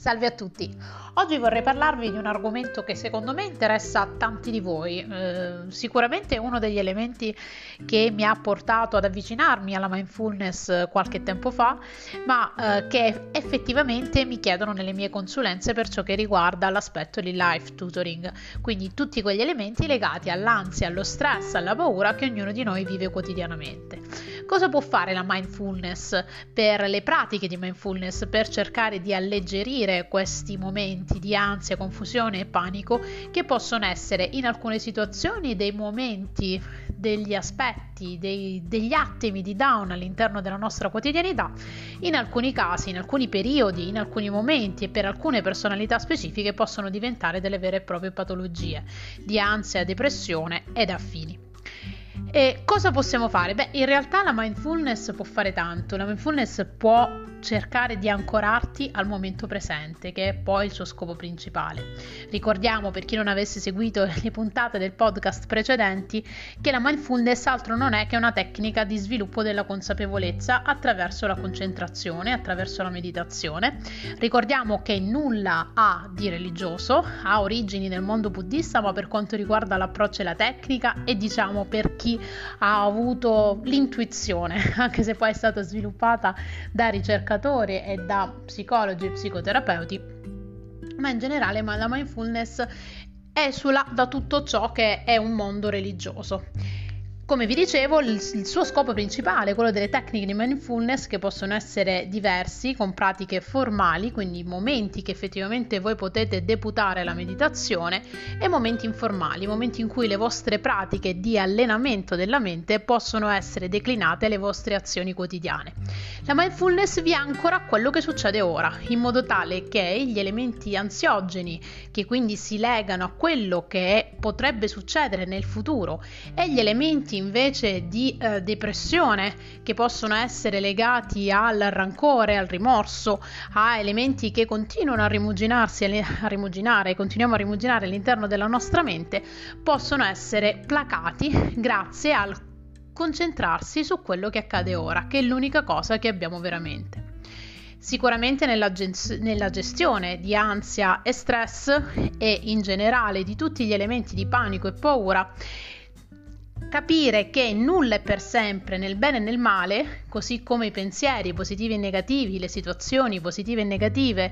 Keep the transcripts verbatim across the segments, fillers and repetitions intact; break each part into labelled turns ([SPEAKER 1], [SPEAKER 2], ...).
[SPEAKER 1] Salve a tutti! Oggi vorrei parlarvi di un argomento che secondo me interessa tanti di voi. Eh, sicuramente è uno degli elementi che mi ha portato ad avvicinarmi alla mindfulness qualche tempo fa, ma eh, che effettivamente mi chiedono nelle mie consulenze per ciò che riguarda l'aspetto di life tutoring, quindi tutti quegli elementi legati all'ansia, allo stress, alla paura che ognuno di noi vive quotidianamente. Cosa può fare la mindfulness per le pratiche di mindfulness per cercare di alleggerire questi momenti di ansia, confusione e panico che possono essere in alcune situazioni dei momenti, degli aspetti, dei, degli attimi di down all'interno della nostra quotidianità, in alcuni casi, in alcuni periodi, in alcuni momenti e per alcune personalità specifiche possono diventare delle vere e proprie patologie di ansia, depressione ed affini. E cosa possiamo fare? Beh, in realtà la mindfulness può fare tanto. La mindfulness può cercare di ancorarti al momento presente, che è poi il suo scopo principale. Ricordiamo, per chi non avesse seguito le puntate del podcast precedenti, che la mindfulness altro non è che una tecnica di sviluppo della consapevolezza attraverso la concentrazione, attraverso la meditazione. Ricordiamo che nulla ha di religioso, ha origini nel mondo buddista, ma per quanto riguarda l'approccio e la tecnica e diciamo per chi ha avuto l'intuizione, anche se poi è stata sviluppata da ricercatori e da psicologi e psicoterapeuti, ma in generale ma la mindfulness esula da tutto ciò che è un mondo religioso. Come vi dicevo, il, il suo scopo principale è quello delle tecniche di mindfulness, che possono essere diversi, con pratiche formali, quindi momenti che effettivamente voi potete deputare alla meditazione, e momenti informali, momenti in cui le vostre pratiche di allenamento della mente possono essere declinate alle vostre azioni quotidiane. La mindfulness vi ancora a quello che succede ora, in modo tale che gli elementi ansiogeni, che quindi si legano a quello che potrebbe succedere nel futuro, e gli elementi invece di eh, depressione, che possono essere legati al rancore, al rimorso, a elementi che continuano a rimuginarsi, a rimuginare, continuiamo a rimuginare all'interno della nostra mente, possono essere placati grazie al concentrarsi su quello che accade ora, che è l'unica cosa che abbiamo veramente. Sicuramente nella, gens- nella gestione di ansia e stress e in generale di tutti gli elementi di panico e paura, capire che nulla è per sempre nel bene e nel male, così come i pensieri positivi e negativi, le situazioni positive e negative,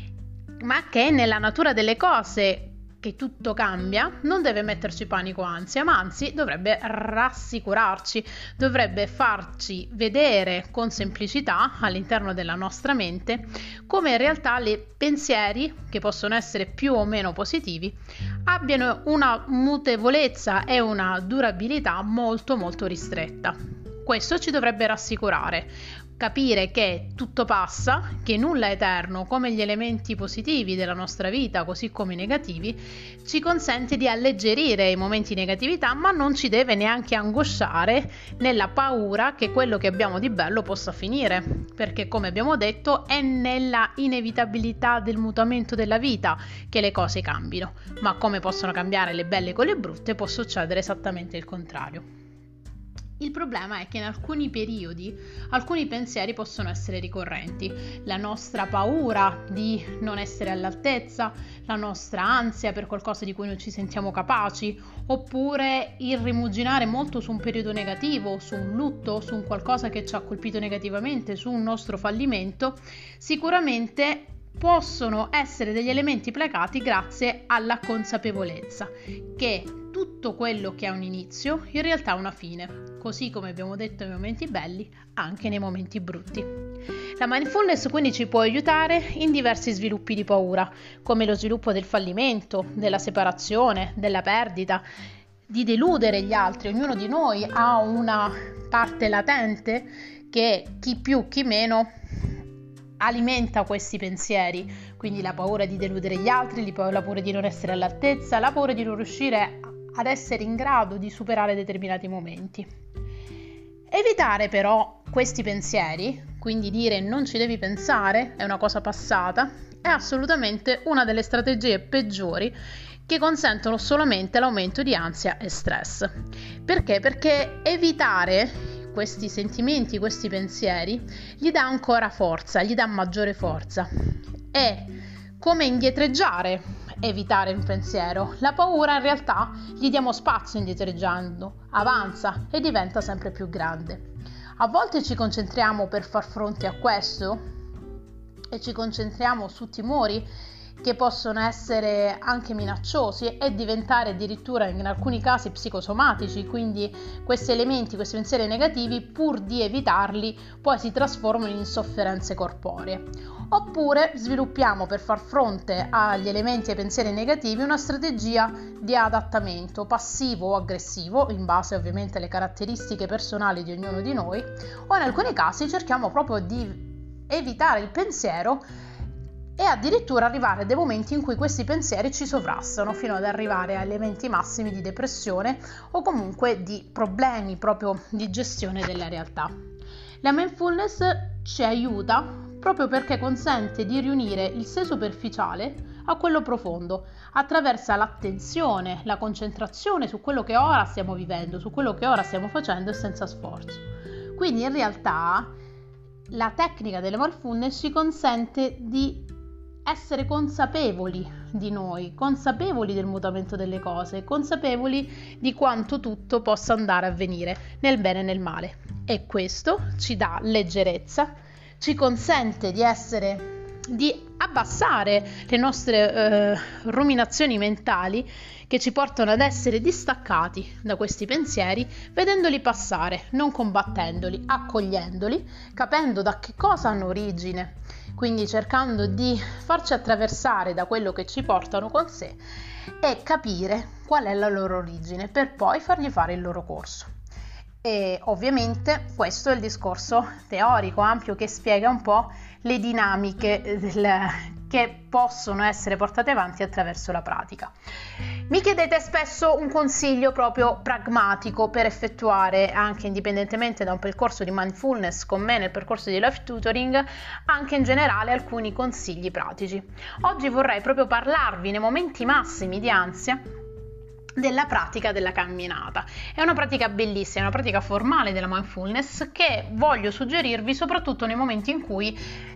[SPEAKER 1] ma che nella natura delle cose che tutto cambia, non deve metterci panico o ansia, ma anzi dovrebbe rassicurarci, dovrebbe farci vedere con semplicità all'interno della nostra mente come in realtà i pensieri, che possono essere più o meno positivi, abbiano una mutevolezza e una durabilità molto molto ristretta. Questo ci dovrebbe rassicurare. Capire che tutto passa, che nulla è eterno, come gli elementi positivi della nostra vita, così come i negativi, ci consente di alleggerire i momenti di negatività, ma non ci deve neanche angosciare nella paura che quello che abbiamo di bello possa finire, perché come abbiamo detto è nella inevitabilità del mutamento della vita che le cose cambino, ma come possono cambiare le belle con le brutte può succedere esattamente il contrario. Il problema è che in alcuni periodi alcuni pensieri possono essere ricorrenti. La nostra paura di non essere all'altezza, la nostra ansia per qualcosa di cui non ci sentiamo capaci, oppure il rimuginare molto su un periodo negativo, su un lutto, su un qualcosa che ci ha colpito negativamente, su un nostro fallimento, sicuramente possono essere degli elementi placati grazie alla consapevolezza che tutto quello che ha un inizio in realtà ha una fine, così come abbiamo detto nei momenti belli, anche nei momenti brutti. La mindfulness quindi ci può aiutare in diversi sviluppi di paura, come lo sviluppo del fallimento, della separazione, della perdita, di deludere gli altri. Ognuno di noi ha una parte latente che chi più chi meno alimenta questi pensieri, quindi la paura di deludere gli altri, la paura di non essere all'altezza, la paura di non riuscire ad essere in grado di superare determinati momenti. Evitare però questi pensieri, quindi dire non ci devi pensare, è una cosa passata, è assolutamente una delle strategie peggiori che consentono solamente l'aumento di ansia e stress. Perché? Perché evitare questi sentimenti, questi pensieri, gli dà ancora forza, gli dà maggiore forza e come indietreggiare, evitare il pensiero. La paura in realtà gli diamo spazio indietreggiando, avanza e diventa sempre più grande. A volte ci concentriamo per far fronte a questo e ci concentriamo su timori che possono essere anche minacciosi e diventare addirittura in alcuni casi psicosomatici, quindi questi elementi, questi pensieri negativi, pur di evitarli, poi si trasformano in sofferenze corporee. Oppure sviluppiamo per far fronte agli elementi e ai pensieri negativi una strategia di adattamento passivo o aggressivo, in base ovviamente alle caratteristiche personali di ognuno di noi, o in alcuni casi cerchiamo proprio di evitare il pensiero e addirittura arrivare a dei momenti in cui questi pensieri ci sovrastano, fino ad arrivare a elementi massimi di depressione o comunque di problemi proprio di gestione della realtà. La mindfulness ci aiuta proprio perché consente di riunire il sé superficiale a quello profondo, attraverso l'attenzione, la concentrazione su quello che ora stiamo vivendo, su quello che ora stiamo facendo e senza sforzo. Quindi in realtà la tecnica della mindfulness ci consente di essere consapevoli di noi, consapevoli del mutamento delle cose, consapevoli di quanto tutto possa andare a avvenire nel bene e nel male. E questo ci dà leggerezza, ci consente di essere, di abbassare le nostre eh, ruminazioni mentali che ci portano ad essere distaccati da questi pensieri, vedendoli passare, non combattendoli, accogliendoli, capendo da che cosa hanno origine, quindi cercando di farci attraversare da quello che ci portano con sé e capire qual è la loro origine per poi fargli fare il loro corso. E ovviamente questo è il discorso teorico ampio che spiega un po' le dinamiche del, che possono essere portate avanti attraverso la pratica. Mi chiedete spesso un consiglio proprio pragmatico per effettuare, anche indipendentemente da un percorso di mindfulness con me nel percorso di life tutoring, anche in generale alcuni consigli pratici. Oggi vorrei proprio parlarvi nei momenti massimi di ansia della pratica della camminata. È una pratica bellissima, è una pratica formale della mindfulness che voglio suggerirvi soprattutto nei momenti in cui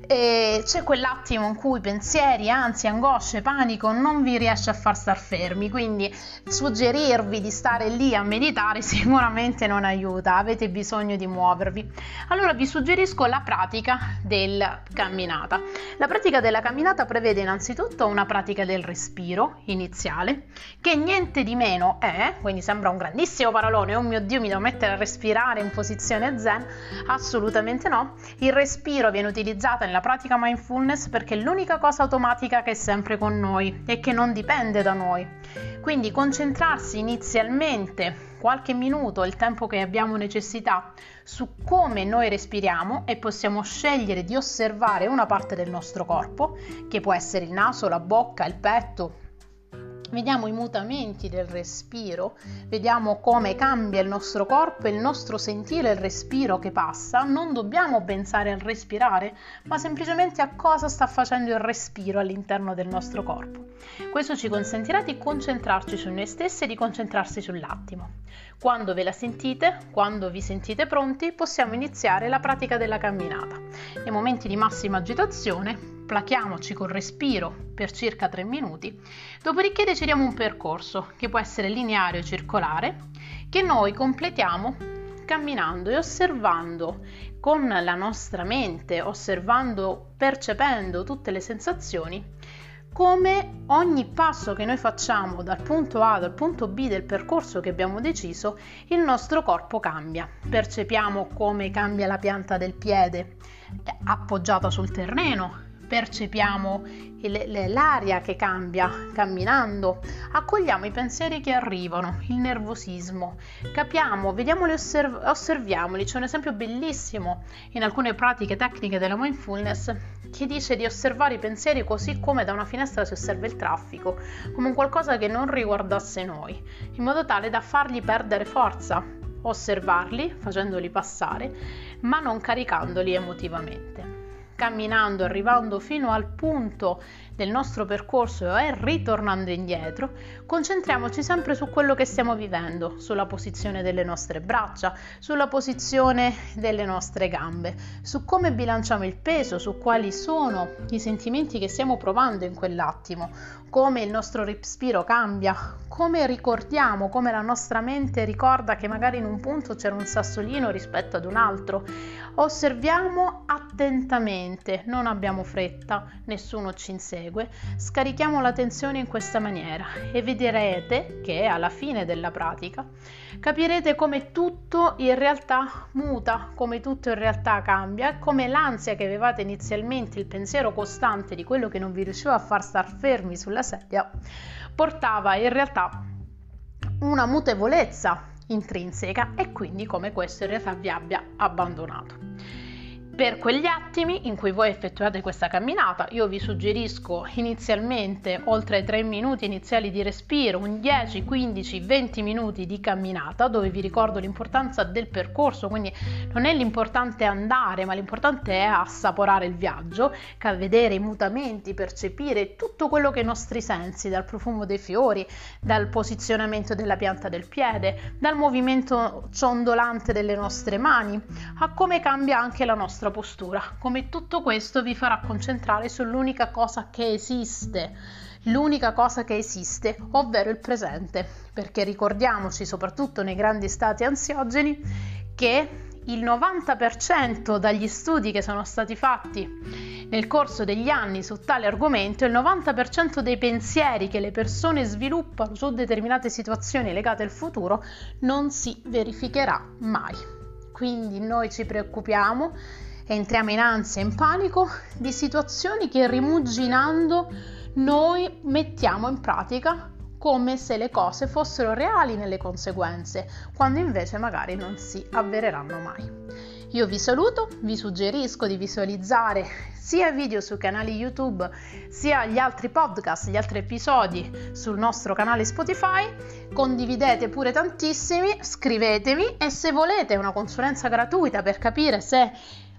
[SPEAKER 1] eh, c'è quell'attimo in cui pensieri, ansia, angosce, panico non vi riesce a far star fermi, quindi suggerirvi di stare lì a meditare sicuramente non aiuta, avete bisogno di muovervi. Allora vi suggerisco la pratica della camminata. La pratica della camminata prevede innanzitutto una pratica del respiro iniziale, che niente di meno è, quindi sembra un grandissimo parolone, oh mio Dio mi devo mettere a respirare in posizione zen, assolutamente no. Il respiro viene utilizzato nella pratica mindfulness perché è l'unica cosa automatica che è sempre con noi e che non dipende da noi, quindi concentrarsi inizialmente qualche minuto, il tempo che abbiamo necessità, su come noi respiriamo e possiamo scegliere di osservare una parte del nostro corpo, che può essere il naso, la bocca, il petto. Vediamo i mutamenti del respiro, vediamo come cambia il nostro corpo e il nostro sentire il respiro che passa. Non dobbiamo pensare al respirare, ma semplicemente a cosa sta facendo il respiro all'interno del nostro corpo. Questo ci consentirà di concentrarci su noi stessi e di concentrarsi sull'attimo. Quando ve la sentite, quando vi sentite pronti, possiamo iniziare la pratica della camminata. Nei momenti di massima agitazione, plachiamoci col respiro per circa tre minuti, dopodiché decidiamo un percorso che può essere lineare o circolare, che noi completiamo camminando e osservando con la nostra mente, osservando, percependo tutte le sensazioni, come ogni passo che noi facciamo dal punto A al punto B del percorso che abbiamo deciso, il nostro corpo cambia. Percepiamo come cambia la pianta del piede appoggiata sul terreno, percepiamo il, l'aria che cambia camminando, accogliamo i pensieri che arrivano, il nervosismo, capiamo, vediamoli, osserv- osserviamoli. C'è un esempio bellissimo in alcune pratiche tecniche della mindfulness che dice di osservare i pensieri così come da una finestra si osserva il traffico, come un qualcosa che non riguardasse noi, in modo tale da fargli perdere forza, osservarli, facendoli passare, ma non caricandoli emotivamente. Camminando, arrivando fino al punto
[SPEAKER 2] del nostro percorso e ritornando indietro, concentriamoci sempre su quello che stiamo vivendo, sulla posizione delle nostre braccia, sulla posizione delle nostre gambe, su come bilanciamo il peso, su quali sono i sentimenti che stiamo provando in quell'attimo, come il nostro respiro cambia, come ricordiamo, come la nostra mente ricorda che magari in un punto c'era un sassolino rispetto ad un altro. Osserviamo attentamente, non abbiamo fretta, nessuno ci insegue, scarichiamo la tensione in questa maniera e vedrete che alla fine della pratica capirete come tutto in realtà muta, come tutto in realtà cambia, come l'ansia che avevate inizialmente, il pensiero costante di quello che non vi riusciva a far star fermi sulla sedia, portava in realtà una mutevolezza intrinseca e quindi come questo in realtà vi abbia abbandonato. Per quegli attimi in cui voi effettuate questa camminata, io vi suggerisco inizialmente, oltre ai tre minuti iniziali di respiro, un dieci, quindici, venti minuti di camminata, dove vi ricordo l'importanza del percorso, quindi non è l'importante andare, ma l'importante è assaporare il viaggio, vedere i mutamenti, percepire tutto quello che i nostri sensi, dal profumo dei fiori, dal posizionamento della pianta del piede, dal movimento ciondolante delle nostre mani, a come cambia anche la nostra postura, come tutto questo vi farà concentrare sull'unica cosa che esiste, l'unica cosa che esiste, ovvero il presente, perché ricordiamoci, soprattutto nei grandi stati ansiogeni, che il novanta per cento dagli studi che sono stati fatti nel corso degli anni su tale argomento, il novanta per cento dei pensieri che le persone sviluppano su determinate situazioni legate al futuro non si verificherà mai. Quindi noi ci preoccupiamo, entriamo in ansia e in panico di situazioni che rimuginando noi mettiamo in pratica come se le cose fossero reali nelle conseguenze, quando invece magari non si avvereranno mai. Io vi saluto, vi suggerisco di visualizzare sia i video sui canali YouTube, sia gli altri podcast, gli altri episodi sul nostro canale Spotify. Condividete pure tantissimi, scrivetemi e se volete una consulenza gratuita per capire se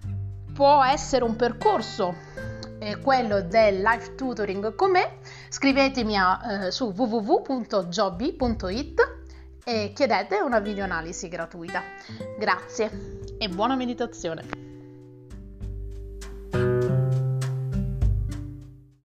[SPEAKER 2] può essere un percorso eh, quello del live tutoring con me, scrivetemi a, eh, su w w w punto jobby punto it e chiedete una videoanalisi gratuita. Grazie e buona meditazione!